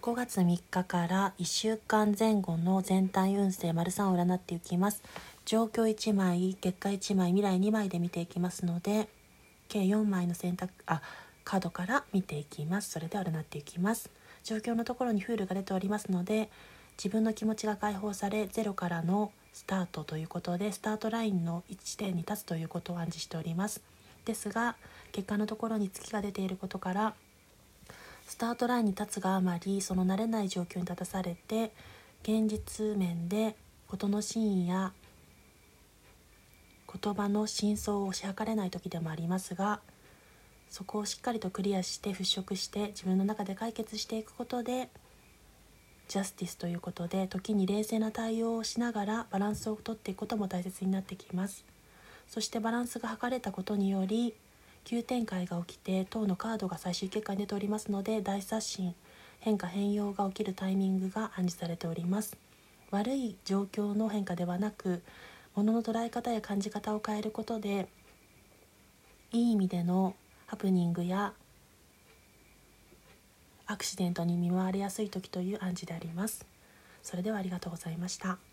5月3日から1週間前後の全体運勢丸3を占っていきます。状況1枚、結果1枚、未来2枚で見ていきますので、計4枚のカードから見ていきます。それでは占っていきます。状況のところにフールが出ておりますので、自分の気持ちが解放されゼロからのスタートということで、スタートラインの1点に立つということを暗示しております。ですが結果のところに月が出ていることから、スタートラインに立つがあまりその慣れない状況に立たされて、現実面で事の真意や言葉の真相を推し量れない時でもありますが、そこをしっかりとクリアして払拭して自分の中で解決していくことで、ジャスティスということで時に冷静な対応をしながらバランスをとっていくことも大切になってきます。そしてバランスが図れたことにより急展開が起きて、当のカードが最終結果に出ておりますので、大刷新、変化変容が起きるタイミングが暗示されております。悪い状況の変化ではなく、物の捉え方や感じ方を変えることで、いい意味でのハプニングやアクシデントに見舞われやすい時という暗示であります。それではありがとうございました。